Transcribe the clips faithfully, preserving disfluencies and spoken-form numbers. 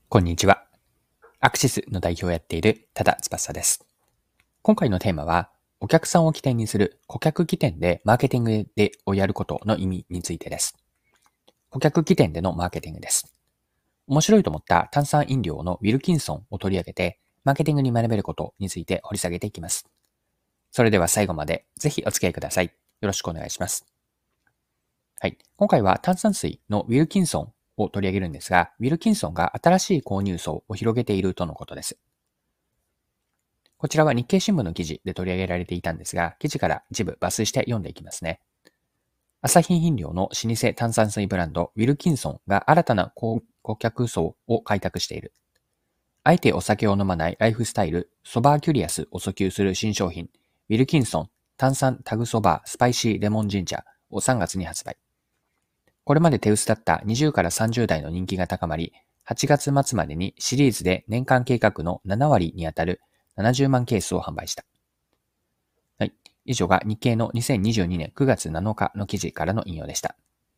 こんにちは。アクシスの代表をやっている多田翼です。今回のテーマは、お客さんを起点にする顧客起点でマーケティングでをやることの意味についてです。顧客起点でのマーケティングです。面白いと思った炭酸飲料のウィルキンソンを取り上げて、マーケティングに学べることについて掘り下げていきます。それでは最後までぜひお付き合いください。よろしくお願いします。はい。今回は炭酸水のウィルキンソンを取り上げるんですが、ウィルキンソンが新しい購入層を広げているとのことです。こちらは日経新聞の記事で取り上げられていたんですが、記事から一部抜粋して読んでいきますね。アサヒ飲料の老舗炭酸水ブランド、ウィルキンソンが新たな顧客層を開拓している。あえてお酒を飲まないライフスタイル、ソバーキュリアスを訴求する新商品、ウィルキンソン炭酸タグソバースパイシーレモンジンジャーをさんがつに発売。これまで手薄だったにじゅうからさんじゅう代の人気が高まり、はちがつ末までにシリーズで年間計画のなな割にあたるななじゅうまんケースを販売した。はい。以上が日経のにせんにじゅうにねんくがつなのかの記事からの引用でした。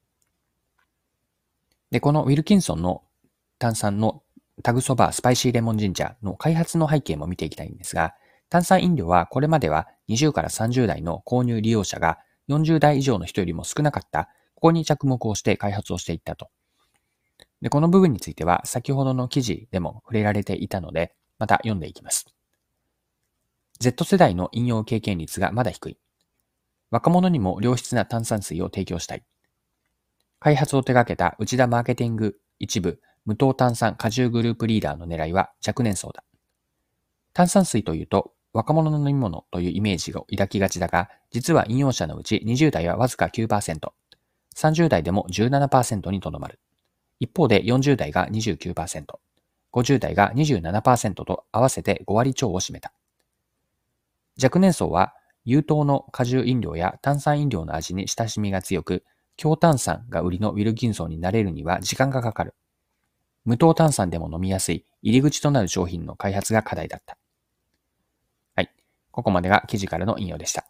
で、このウィルキンソンの炭酸のタグソバースパイシーレモンジンジャーの開発の背景も見ていきたいんですが、炭酸飲料はこれまではにじゅうからさんじゅう代の購入利用者がよんじゅう代以上の人よりも少なかった、ここに着目をして開発をしていったと。で、この部分については先ほどの記事でも触れられていたので、また読んでいきます。Z 世代の飲用経験率がまだ低い。若者にも良質な炭酸水を提供したい。開発を手掛けた内田マーケティング一部無糖炭酸果汁グループリーダーの狙いは若年層だ。炭酸水というと若者の飲み物というイメージを抱きがちだが、実は飲用者のうちにじゅう代はわずか きゅうパーセント、さんじゅう代でも じゅうななパーセント にとどまる。一方でよんじゅう代が にじゅうきゅうパーセント、ごじゅう代が にじゅうななパーセント と合わせてご割超を占めた。若年層は有糖の果汁飲料や炭酸飲料の味に親しみが強く、強炭酸が売りのウィルキンソンになれるには時間がかかる。無糖炭酸でも飲みやすい入り口となる商品の開発が課題だった。はい。ここまでが記事からの引用でした。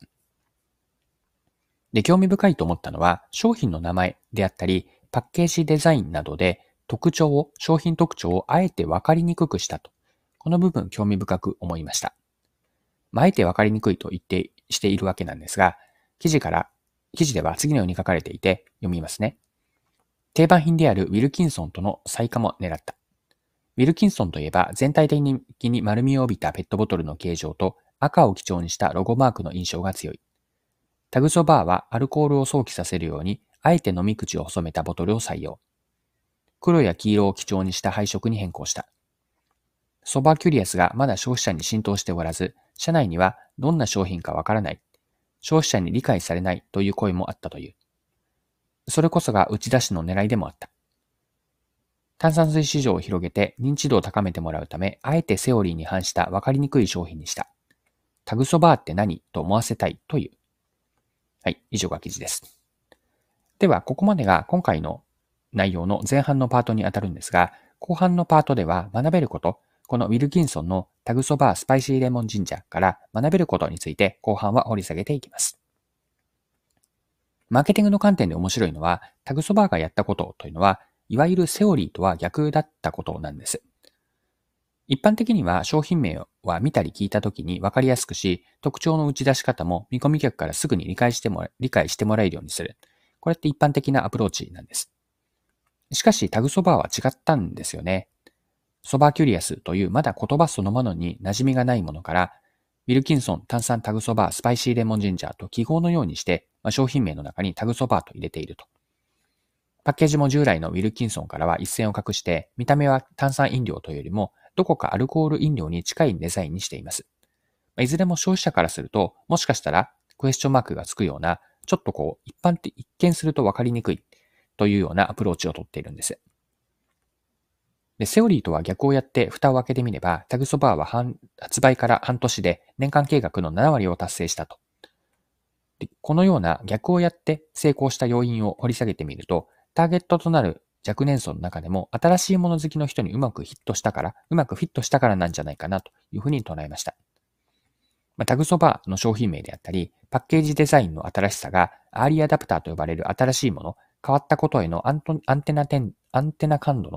で、興味深いと思ったのは、商品の名前であったり、パッケージデザインなどで特徴を、商品特徴をあえて分かりにくくしたと。この部分興味深く思いました。あえて分かりにくいと言ってしているわけなんですが、記事から、記事では次のように書かれていて読みますね。定番品であるウィルキンソンとの差異化も狙った。ウィルキンソンといえば全体的に丸みを帯びたペットボトルの形状と赤を基調にしたロゴマークの印象が強い。タグソバーはアルコールを想起させるように、あえて飲み口を細めたボトルを採用。黒や黄色を基調にした配色に変更した。ソバーキュリアスがまだ消費者に浸透しておらず、社内にはどんな商品かわからない、消費者に理解されないという声もあったという。それこそが打ち出しの狙いでもあった。炭酸水市場を広げて認知度を高めてもらうため、あえてセオリーに反した分かりにくい商品にした。タグソバーって何と思わせたいという。はい、以上が記事です。では、ここまでが今回の内容の前半のパートにあたるんですが、後半のパートでは学べること、このウィルキンソンのタグソバースパイシーレモンジンジャーから学べることについて後半は掘り下げていきます。マーケティングの観点で面白いのは、タグソバーがやったことというのは、いわゆるセオリーとは逆だったことなんです。一般的には商品名は見たり聞いたときに分かりやすくし、特徴の打ち出し方も見込み客からすぐに理解してもら理解してもらえるようにする。これって一般的なアプローチなんです。しかしタグソバーは違ったんですよね。ソバーキュリアスというまだ言葉そのものに馴染みがないものから、ウィルキンソン炭酸タグソバースパイシーレモンジンジャーと記号のようにして、まあ、商品名の中にタグソバーと入れていると。パッケージも従来のウィルキンソンからは一線を画して、見た目は炭酸飲料というよりも、どこかアルコール飲料に近いデザインにしています。いずれも消費者からすると、もしかしたらクエスチョンマークがつくような、ちょっとこう、一般的、一見すると分かりにくいというようなアプローチをとっているんです。で、セオリーとは逆をやって蓋を開けてみれば、タグソバーは発売から半年で年間計画のなな割を達成したと。で、このような逆をやって成功した要因を掘り下げてみると、ターゲットとなる若年層の中でも新しいもの好きの人にうまくヒットしたから、うまくフィットしたからなんじゃないかなというふうに捉えました。まあ、タグソバーの商品名であったり、パッケージデザインの新しさがアーリーアダプターと呼ばれる新しいもの、変わったことへのアントアンテナ点アンテナ感度の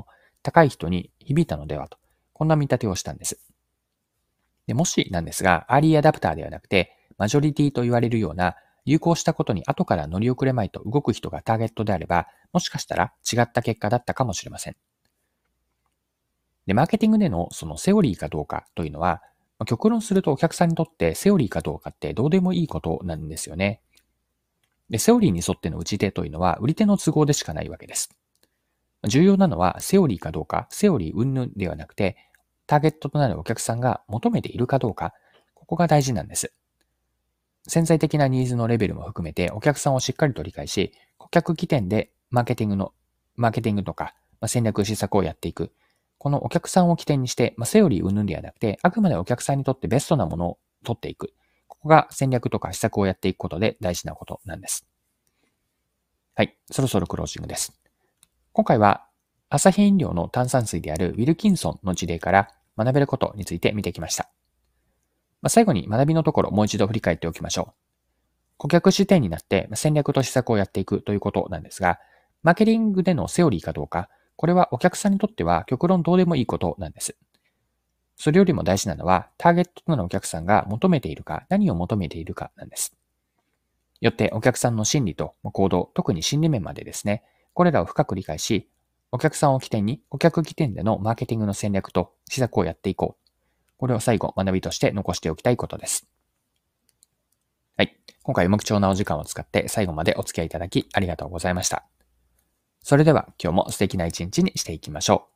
高い人に響いたのではと、こんな見立てをしたんです。でもしなんですが、アーリーアダプターではなくて、マジョリティと言われるような流行したことに後から乗り遅れまいと動く人がターゲットであれば、もしかしたら違った結果だったかもしれません。で、マーケティングでのそのセオリーかどうかというのは、極論するとお客さんにとってセオリーかどうかってどうでもいいことなんですよね。で、セオリーに沿っての打ち手というのは売り手の都合でしかないわけです。重要なのはセオリーかどうか、セオリー云々ではなくて、ターゲットとなるお客さんが求めているかどうか、ここが大事なんです。潜在的なニーズのレベルも含めてお客さんをしっかりと理解し、顧客起点でマーケティングの、マーケティングとか、まあ、戦略施策をやっていく。このお客さんを起点にして、まあ、セオリー云々ではなくて、あくまでお客さんにとってベストなものを取っていく。ここが戦略とか施策をやっていくことで大事なことなんです。はい。そろそろクロージングです。今回は、アサヒ飲料の炭酸水であるウィルキンソンの事例から学べることについて見てきました。まあ、最後に学びのところもう一度振り返っておきましょう。顧客視点になって戦略と施策をやっていくということなんですが、マーケティングでのセオリーかどうか、これはお客さんにとっては極論どうでもいいことなんです。それよりも大事なのは、ターゲットとなるお客さんが求めているか、何を求めているかなんです。よってお客さんの心理と行動、特に心理面までですね、これらを深く理解し、お客さんを起点に、顧客起点でのマーケティングの戦略と施策をやっていこう。これを最後学びとして残しておきたいことです。はい。今回無貴重なお時間を使って最後までお付き合いいただきありがとうございました。それでは今日も素敵な一日にしていきましょう。